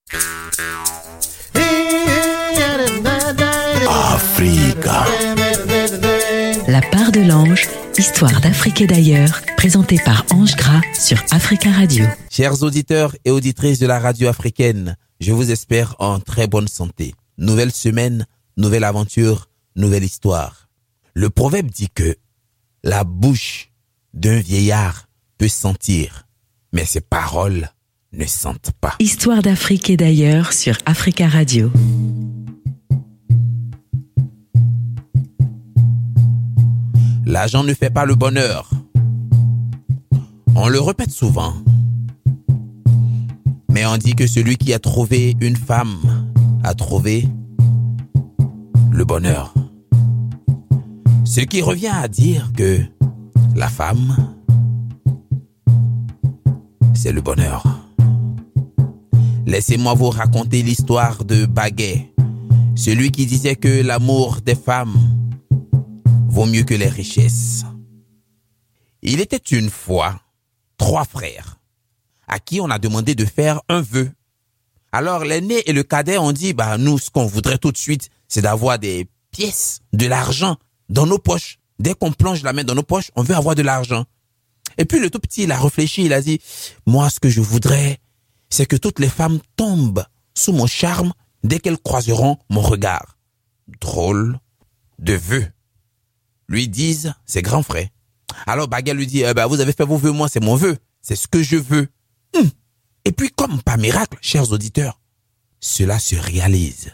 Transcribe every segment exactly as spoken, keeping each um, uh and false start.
Africa. La part de l'ange, histoire d'Afrique et d'ailleurs, présentée par Ange Gras sur Africa Radio. Chers auditeurs et auditrices de la radio africaine, je vous espère en très bonne santé. Nouvelle semaine, nouvelle aventure, nouvelle histoire. Le proverbe dit que la bouche d'un vieillard peut sentir, mais ses paroles ne sentent pas. Histoire d'Afrique et d'ailleurs sur Africa Radio. L'argent ne fait pas le bonheur. On le répète souvent. Mais on dit que celui qui a trouvé une femme a trouvé le bonheur. Ce qui revient à dire que la femme, c'est le bonheur. Laissez-moi vous raconter l'histoire de Baguet, celui qui disait que l'amour des femmes vaut mieux que les richesses. Il était une fois trois frères à qui on a demandé de faire un vœu. Alors l'aîné et le cadet ont dit, bah nous ce qu'on voudrait tout de suite, c'est d'avoir des pièces, de l'argent dans nos poches. Dès qu'on plonge la main dans nos poches, on veut avoir de l'argent. Et puis le tout petit, il a réfléchi, il a dit, moi ce que je voudrais, c'est que toutes les femmes tombent sous mon charme dès qu'elles croiseront mon regard. Drôle de vœu, lui disent ses grands frères. Alors Baguet lui dit, eh ben, vous avez fait vos vœux, moi c'est mon vœu, c'est ce que je veux. Hum. Et puis comme par miracle, chers auditeurs, cela se réalise.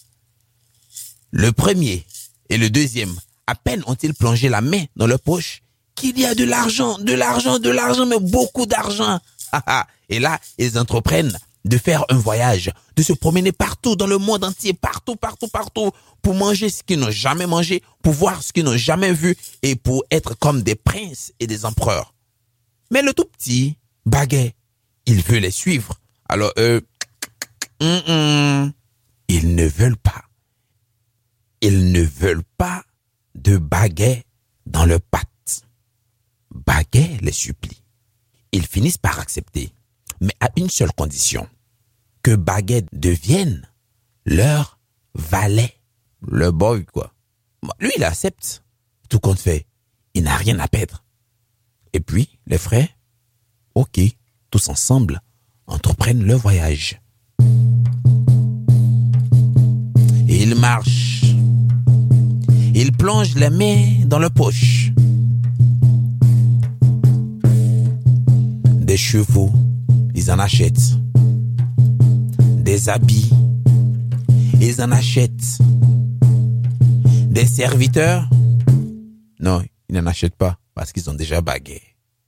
Le premier et le deuxième, à peine ont-ils plongé la main dans leur poche, qu'il y a de l'argent, de l'argent, de l'argent, mais beaucoup d'argent. Et là, ils entreprennent de faire un voyage, de se promener partout dans le monde entier, partout, partout, partout, pour manger ce qu'ils n'ont jamais mangé, pour voir ce qu'ils n'ont jamais vu et pour être comme des princes et des empereurs. Mais le tout petit, Baguet, il veut les suivre. Alors eux, hum, hum, ils ne veulent pas. Ils ne veulent pas de Baguet dans leurs pattes. Baguet les supplie. Ils finissent par accepter, mais à une seule condition, que Baguet devienne leur valet, le boy quoi. Lui il accepte, tout compte fait, il n'a rien à perdre. Et puis les frères, ok, tous ensemble, entreprennent le voyage. Et ils marchent, ils plongent les mains dans leurs poches. Des chevaux, ils en achètent. Des habits, ils en achètent. Des serviteurs, non, ils n'en achètent pas parce qu'ils ont déjà Baguet.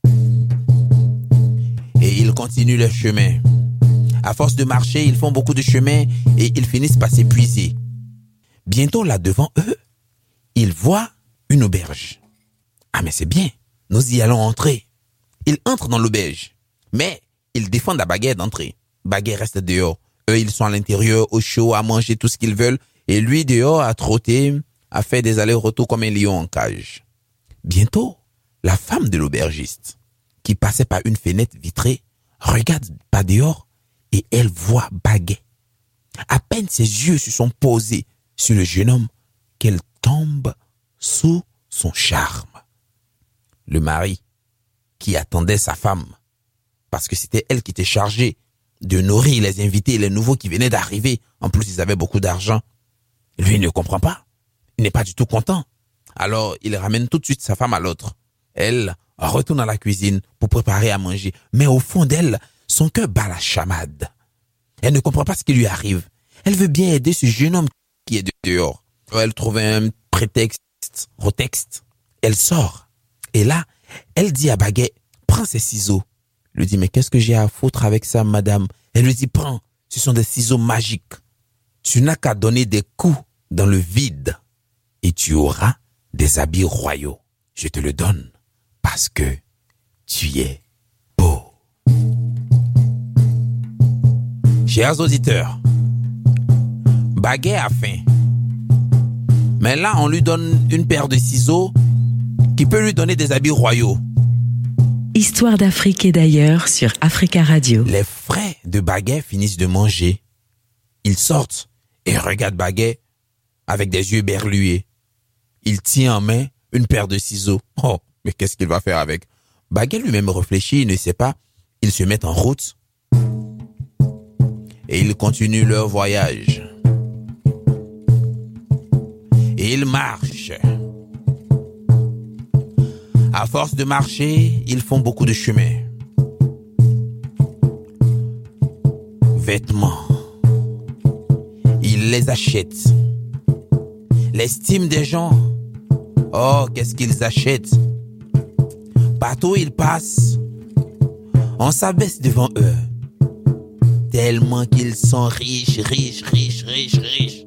Et ils continuent leur chemin. À force de marcher, ils font beaucoup de chemin et ils finissent par s'épuiser. Bientôt là devant eux, ils voient une auberge. Ah mais c'est bien, nous y allons entrer. Ils entrent dans l'auberge, mais ils défendent à Baguet d'entrer. Baguet reste dehors. Eux, ils sont à l'intérieur, au chaud, à manger tout ce qu'ils veulent. Et lui, dehors, à trotter, à faire des allers-retours comme un lion en cage. Bientôt, la femme de l'aubergiste, qui passait par une fenêtre vitrée, regarde pas dehors et elle voit Baguet. À peine ses yeux se sont posés sur le jeune homme qu'elle tombe sous son charme. Le mari, qui attendait sa femme, parce que c'était elle qui était chargée de nourrir les invités et les nouveaux qui venaient d'arriver. En plus, ils avaient beaucoup d'argent. Lui, il ne comprend pas. Il n'est pas du tout content. Alors, il ramène tout de suite sa femme à l'autre. Elle retourne à la cuisine pour préparer à manger. Mais au fond d'elle, son cœur bat la chamade. Elle ne comprend pas ce qui lui arrive. Elle veut bien aider ce jeune homme qui est dehors. Elle trouve un prétexte, retexte. Elle sort. Et là, elle dit à Baguet, prends ces ciseaux. Il lui dit, mais qu'est-ce que j'ai à foutre avec ça, madame? Elle lui dit, prends, ce sont des ciseaux magiques. Tu n'as qu'à donner des coups dans le vide et tu auras des habits royaux. Je te le donne parce que tu es beau. Chers auditeurs, Baguet a faim. Mais là, on lui donne une paire de ciseaux qui peut lui donner des habits royaux. Histoire d'Afrique et d'ailleurs sur Africa Radio. Les frères de Baguet finissent de manger Ils sortent et regardent Baguet avec des yeux berlués. Il tient en main une paire de ciseaux. Oh, mais qu'est-ce qu'il va faire avec? Baguet lui-même réfléchit, il ne sait pas. Ils se mettent en route et ils continuent leur voyage. Et ils marchent. À force de marcher, ils font beaucoup de chemin. Vêtements. Ils les achètent. L'estime des gens. Oh, qu'est-ce qu'ils achètent? Partout où ils passent, on s'abaisse devant eux. Tellement qu'ils sont riches, riches, riches, riches, riches.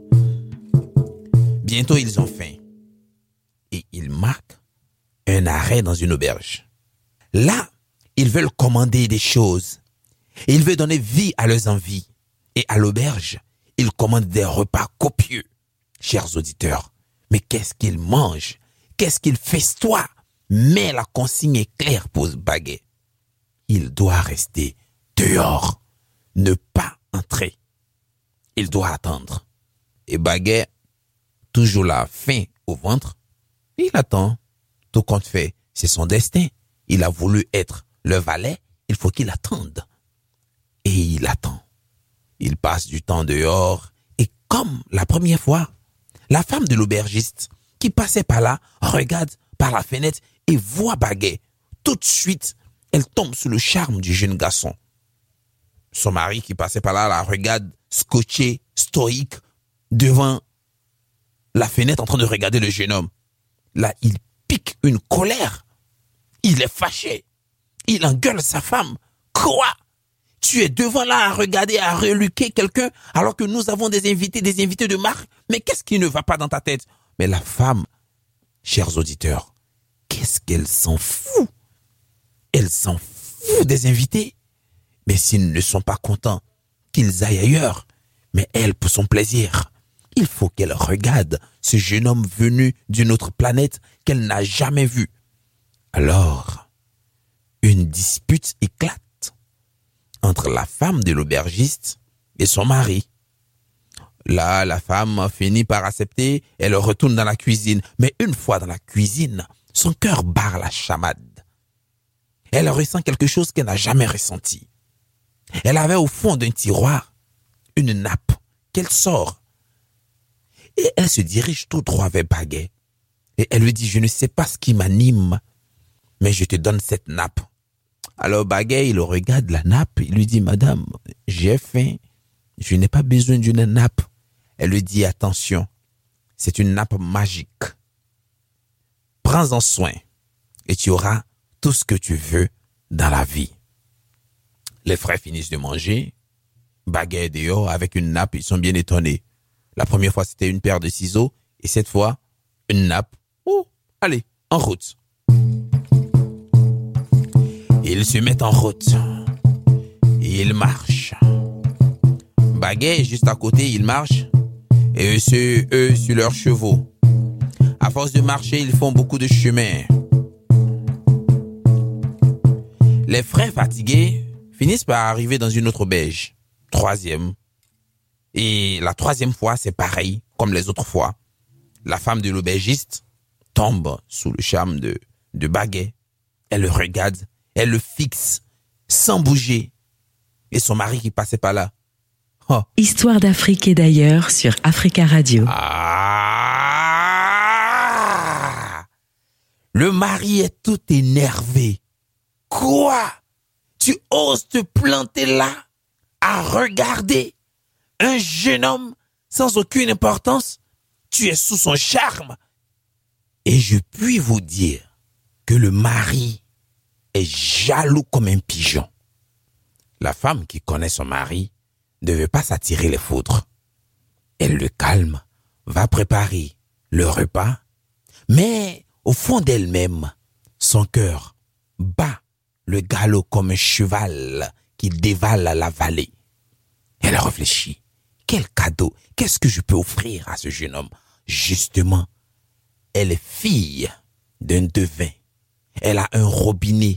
Bientôt, ils ont faim. Et ils marquent un arrêt dans une auberge. Là, ils veulent commander des choses. Ils veulent donner vie à leurs envies. Et à l'auberge, ils commandent des repas copieux. Chers auditeurs, mais qu'est-ce qu'ils mangent? Qu'est-ce qu'ils festoient? Mais la consigne est claire pour Baguet. Il doit rester dehors, ne pas entrer. Il doit attendre. Et Baguet, toujours la faim au ventre, il attend. Tout compte fait, c'est son destin. Il a voulu être le valet, il faut qu'il attende. Et il attend. Il passe du temps dehors et comme la première fois, la femme de l'aubergiste qui passait par là regarde par la fenêtre et voit Baguet. Tout de suite, elle tombe sous le charme du jeune garçon. Son mari qui passait par là la regarde scotché, stoïque, devant la fenêtre en train de regarder le jeune homme. Là, il pique une colère. Il est fâché. Il engueule sa femme. Quoi? Tu es devant là à regarder, à reluquer quelqu'un alors que nous avons des invités, des invités de marque. Mais qu'est-ce qui ne va pas dans ta tête? Mais la femme, chers auditeurs, qu'est-ce qu'elle s'en fout? Elle s'en fout des invités. Mais s'ils ne sont pas contents, qu'ils aillent ailleurs. Mais elle, pour son plaisir, il faut qu'elle regarde ce jeune homme venu d'une autre planète qu'elle n'a jamais vu. Alors, une dispute éclate entre la femme de l'aubergiste et son mari. Là, la femme finit par accepter, elle retourne dans la cuisine. Mais une fois dans la cuisine, son cœur barre la chamade. Elle ressent quelque chose qu'elle n'a jamais ressenti. Elle avait au fond d'un tiroir une nappe qu'elle sort. Et elle se dirige tout droit vers Baguet. Et elle lui dit, je ne sais pas ce qui m'anime, mais je te donne cette nappe. Alors Baguet, il regarde la nappe, il lui dit, madame, j'ai faim, je n'ai pas besoin d'une nappe. Elle lui dit, attention, c'est une nappe magique. Prends-en soin et tu auras tout ce que tu veux dans la vie. Les frères finissent de manger. Baguet est dehors avec une nappe, ils sont bien étonnés. La première fois, c'était une paire de ciseaux et cette fois, une nappe. Oh, allez, en route. Ils se mettent en route. Et ils marchent. Baguet est juste à côté, ils marchent. Et eux, eux sur leurs chevaux. À force de marcher, ils font beaucoup de chemin. Les frères fatigués finissent par arriver dans une autre auberge. Troisième. Et la troisième fois, c'est pareil, comme les autres fois. La femme de l'aubergiste tombe sous le charme de, de Baguet. Elle le regarde, elle le fixe, sans bouger. Et son mari qui passait par là. Oh. Histoire d'Afrique et d'ailleurs sur Africa Radio. Ah! Le mari est tout énervé. Quoi? Tu oses te planter là à regarder un jeune homme sans aucune importance? Tu es sous son charme. Et je puis vous dire que le mari est jaloux comme un pigeon. La femme qui connaît son mari ne veut pas s'attirer les foudres. Elle le calme, va préparer le repas, mais au fond d'elle-même, son cœur bat le galop comme un cheval qui dévale la vallée. Elle réfléchit. Quel cadeau, qu'est-ce que je peux offrir à ce jeune homme? Justement, elle est fille d'un devin. Elle a un robinet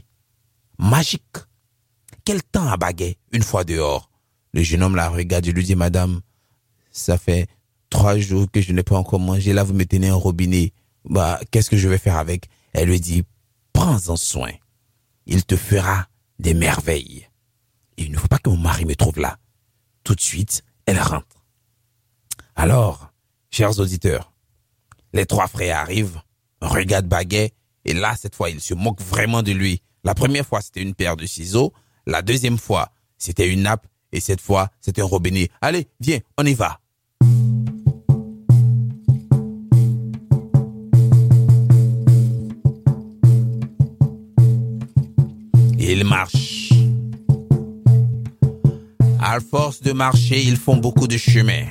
magique. Quel temps à Baguet, une fois dehors? Le jeune homme la regarde et lui dit, madame, ça fait trois jours que je n'ai pas encore mangé. Là, vous me tenez un robinet. Bah, qu'est-ce que je vais faire avec? Elle lui dit, prends-en soin. Il te fera des merveilles. Et il ne faut pas que mon mari me trouve là. Tout de suite, elle rentre. Alors, chers auditeurs, les trois frères arrivent, regardent Baguet, et là, cette fois, ils se moquent vraiment de lui. La première fois, c'était une paire de ciseaux. La deuxième fois, c'était une nappe. Et cette fois, c'était un robinet. Allez, viens, on y va. Ils marchent. À force de marcher, ils font beaucoup de chemin.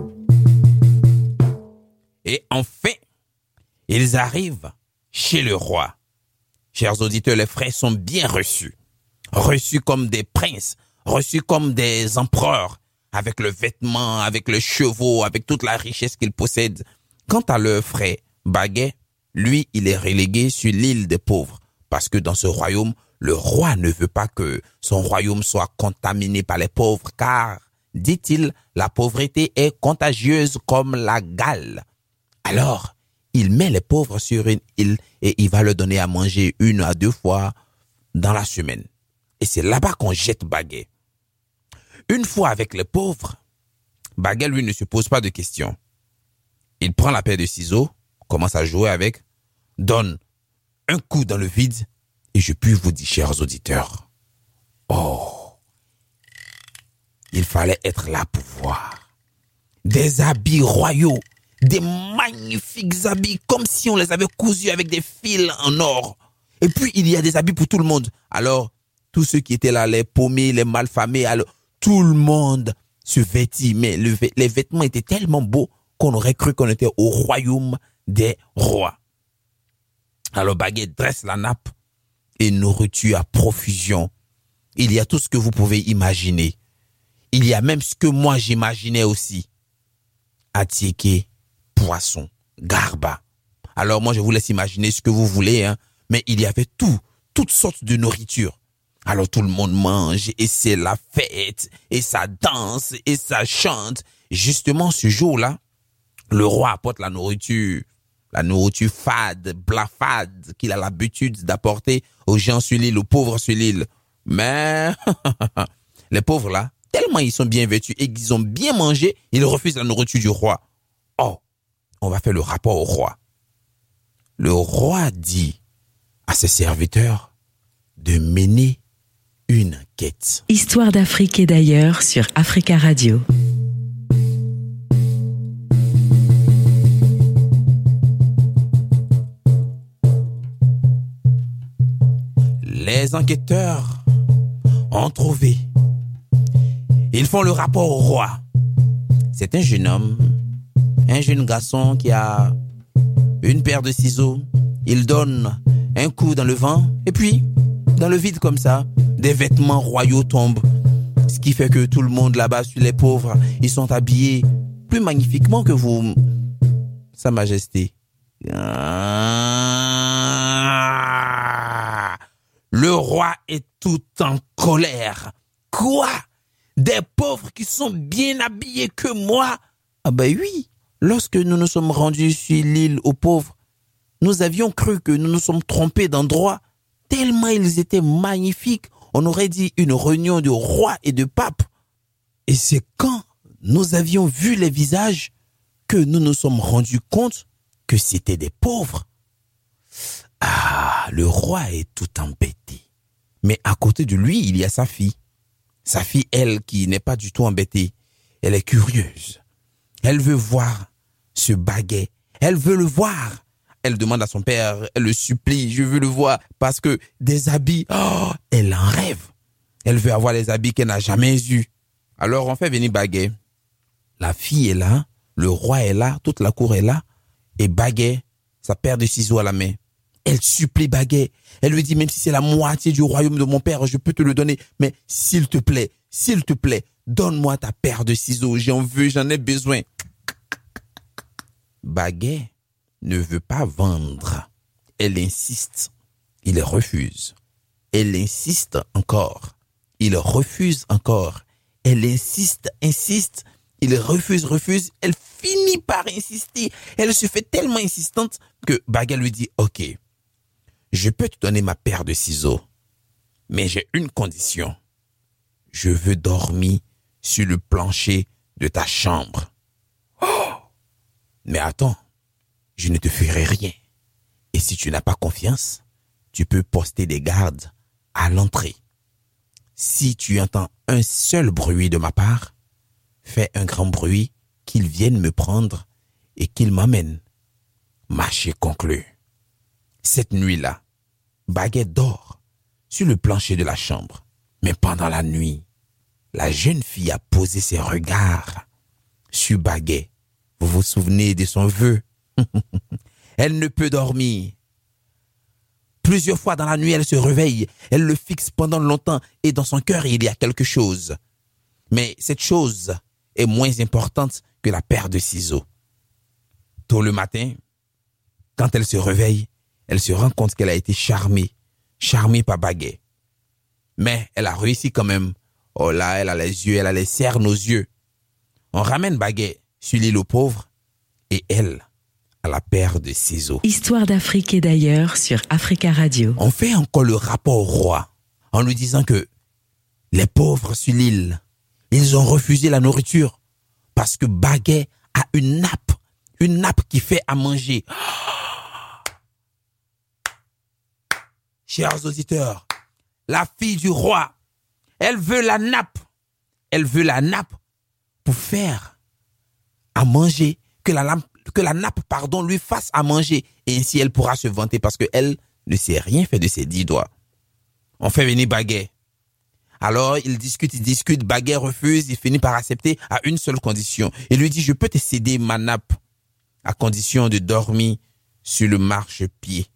Et enfin, ils arrivent chez le roi. Chers auditeurs, les frères sont bien reçus. Reçus comme des princes, reçus comme des empereurs, avec le vêtement, avec le chevaux, avec toute la richesse qu'ils possèdent. Quant à leur frère, Baguet, lui, il est relégué sur l'île des pauvres, parce que dans ce royaume, le roi ne veut pas que son royaume soit contaminé par les pauvres, car, dit-il, la pauvreté est contagieuse comme la gale. Alors, il met les pauvres sur une île et il va leur donner à manger une à deux fois dans la semaine. Et c'est là-bas qu'on jette Baguet. Une fois avec les pauvres, Baguet, lui, ne se pose pas de questions. Il prend la paire de ciseaux, commence à jouer avec, donne un coup dans le vide, et je puis vous dire, chers auditeurs, oh, il fallait être là pour voir. Des habits royaux, des magnifiques habits, comme si on les avait cousus avec des fils en or. Et puis, il y a des habits pour tout le monde. Alors, tous ceux qui étaient là, les paumés, les malfamés, alors, tout le monde se vêtit. Mais le, les vêtements étaient tellement beaux qu'on aurait cru qu'on était au royaume des rois. Alors, Baguet dresse la nappe et nourriture à profusion. Il y a tout ce que vous pouvez imaginer. Il y a même ce que moi j'imaginais aussi. Atiéké, poisson, garba. Alors moi je vous laisse imaginer ce que vous voulez, hein. Mais il y avait tout, toutes sortes de nourriture. Alors tout le monde mange et c'est la fête et ça danse et ça chante. Justement ce jour-là, le roi apporte la nourriture, la nourriture fade, blafade qu'il a l'habitude d'apporter aux gens sur l'île, aux pauvres sur l'île. Mais les pauvres là, tellement ils sont bien vêtus et qu'ils ont bien mangé, ils refusent la nourriture du roi. Oh, on va faire le rapport au roi. Le roi dit à ses serviteurs de mener une enquête. Histoire d'Afrique et d'ailleurs sur Africa Radio. Les enquêteurs ont trouvé. Ils font le rapport au roi. C'est un jeune homme, un jeune garçon qui a une paire de ciseaux. Il donne un coup dans le vent et puis, dans le vide comme ça, des vêtements royaux tombent. Ce qui fait que tout le monde là-bas, sur les pauvres, ils sont habillés plus magnifiquement que vous, Sa Majesté. Ah, le roi est tout en colère. Quoi? Des pauvres qui sont bien habillés que moi? Ah ben oui, lorsque nous nous sommes rendus sur l'île aux pauvres, nous avions cru que nous nous sommes trompés d'endroit. Tellement ils étaient magnifiques, on aurait dit une réunion de rois et de papes. Et c'est quand nous avions vu les visages que nous nous sommes rendus compte que c'était des pauvres. Ah, le roi est tout embêté. Mais à côté de lui, il y a sa fille. Sa fille, elle, qui n'est pas du tout embêtée. Elle est curieuse. Elle veut voir ce Baguet. Elle veut le voir. Elle demande à son père, elle le supplie, je veux le voir. Parce que des habits, oh, elle en rêve. Elle veut avoir les habits qu'elle n'a jamais eus. Alors on fait venir Baguet. La fille est là, le roi est là, toute la cour est là. Et Baguet, sa paire de ciseaux à la main. Elle supplie Baguet. Elle lui dit, même si c'est la moitié du royaume de mon père, je peux te le donner. Mais s'il te plaît, s'il te plaît, donne-moi ta paire de ciseaux. J'en veux, j'en ai besoin. Baguet ne veut pas vendre. Elle insiste. Il refuse. Elle insiste encore. Il refuse encore. Elle insiste, insiste. Il refuse, refuse. Elle finit par insister. Elle se fait tellement insistante que Baguette lui dit, « Ok, je peux te donner ma paire de ciseaux, mais j'ai une condition. Je veux dormir sur le plancher de ta chambre. » Oh! Mais attends, je ne te ferai rien. Et si tu n'as pas confiance, tu peux poster des gardes à l'entrée. Si tu entends un seul bruit de ma part, fais un grand bruit qu'ils viennent me prendre et qu'ils m'emmènent. Marché conclu. Cette nuit-là, Baguette dort sur le plancher de la chambre. Mais pendant la nuit, la jeune fille a posé ses regards sur Baguette. Vous vous souvenez de son vœu? Elle ne peut dormir. Plusieurs fois dans la nuit, elle se réveille. Elle le fixe pendant longtemps et dans son cœur, il y a quelque chose. Mais cette chose est moins importante que la paire de ciseaux. Tôt le matin, quand elle se réveille, elle se rend compte qu'elle a été charmée, charmée par Baguette. Mais elle a réussi quand même. Oh là, elle a les yeux, elle a les cernes aux yeux. On ramène Baguette sur l'île aux pauvres et elle a la paire de ciseaux. Histoire d'Afrique et d'ailleurs sur Africa Radio. On fait encore le rapport au roi en lui disant que les pauvres sur l'île, ils ont refusé la nourriture parce que Baguette a une nappe, une nappe qui fait à manger. Chers auditeurs, la fille du roi, elle veut la nappe. Elle veut la nappe pour faire à manger, que la, lampe, que la nappe pardon, lui fasse à manger. Et ainsi, elle pourra se vanter parce qu'elle ne sait rien faire de ses dix doigts. On fait venir Baguette. Alors, il discute, il discute. Baguette refuse. Il finit par accepter à une seule condition. Il lui dit, je peux te céder ma nappe à condition de dormir sur le marchepied.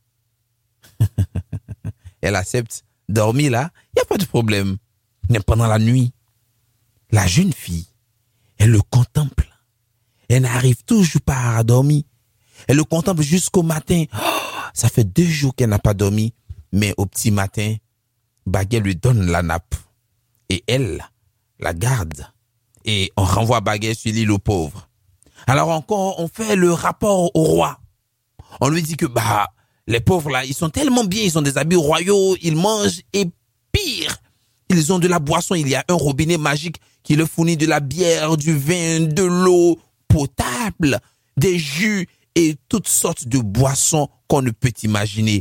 Elle accepte. Dormir là, il n'y a pas de problème. Mais pendant la nuit, la jeune fille, elle le contemple. Elle n'arrive toujours pas à dormir. Elle le contemple jusqu'au matin. Oh, ça fait deux jours qu'elle n'a pas dormi. Mais au petit matin, Baguette lui donne la nappe. Et elle la garde. Et on renvoie Baguette sur l'île aux pauvres. Alors encore, on fait le rapport au roi. On lui dit que bah les pauvres là, ils sont tellement bien, ils ont des habits royaux, ils mangent et pire, ils ont de la boisson. Il y a un robinet magique qui leur fournit de la bière, du vin, de l'eau potable, des jus et toutes sortes de boissons qu'on ne peut imaginer.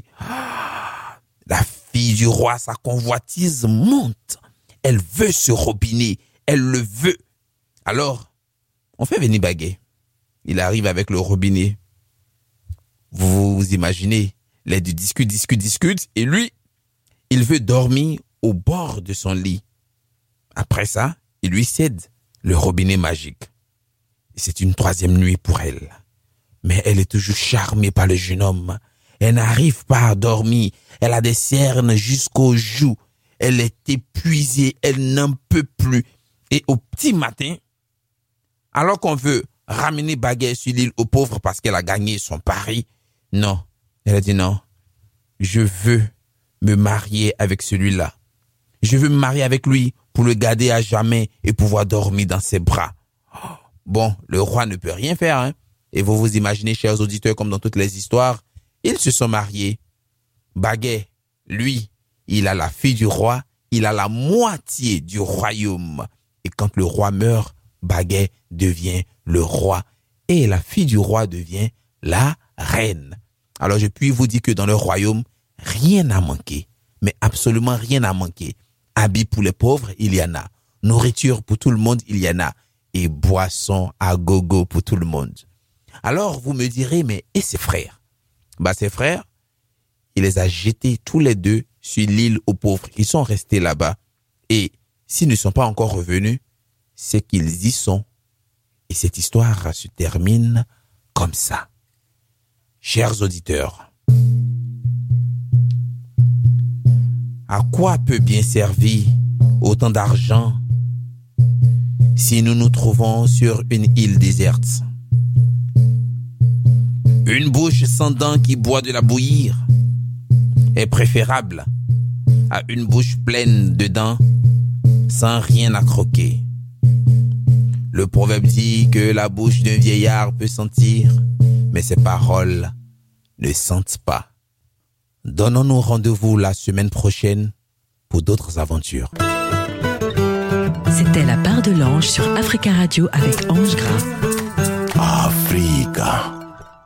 La fille du roi, sa convoitise monte. Elle veut ce robinet, elle le veut. Alors, on fait venir Baguette. Il arrive avec le robinet. Vous vous imaginez, les deux discutent, discutent, discutent, et lui, il veut dormir au bord de son lit. Après ça, il lui cède le robinet magique. Et c'est une troisième nuit pour elle. Mais elle est toujours charmée par le jeune homme. Elle n'arrive pas à dormir. Elle a des cernes jusqu'aux joues. Elle est épuisée, elle n'en peut plus. Et au petit matin, alors qu'on veut ramener Baguette sur l'île aux pauvres parce qu'elle a gagné son pari, non, elle a dit non, je veux me marier avec celui-là. Je veux me marier avec lui pour le garder à jamais et pouvoir dormir dans ses bras. Bon, le roi ne peut rien faire, hein. Et vous vous imaginez, chers auditeurs, comme dans toutes les histoires, ils se sont mariés. Baguette, lui, il a la fille du roi, il a la moitié du royaume. Et quand le roi meurt, Baguette devient le roi et la fille du roi devient la reine. Alors je puis vous dire que dans le royaume, rien n'a manqué, mais absolument rien n'a manqué. Habits pour les pauvres, il y en a. Nourriture pour tout le monde, il y en a. Et boissons à gogo pour tout le monde. Alors vous me direz, mais et ses frères? Bah ses frères, il les a jetés tous les deux sur l'île aux pauvres. Ils sont restés là-bas. Et s'ils ne sont pas encore revenus, c'est qu'ils y sont. Et cette histoire se termine comme ça. Chers auditeurs, à quoi peut bien servir autant d'argent si nous nous trouvons sur une île déserte? Une bouche sans dents qui boit de la bouillir est préférable à une bouche pleine de dents sans rien à croquer. Le proverbe dit que la bouche d'un vieillard peut sentir, mais ses paroles ne sentent pas. Donnons-nous rendez-vous la semaine prochaine pour d'autres aventures. C'était La Part de l'Ange sur Africa Radio avec Ange Gras. Africa.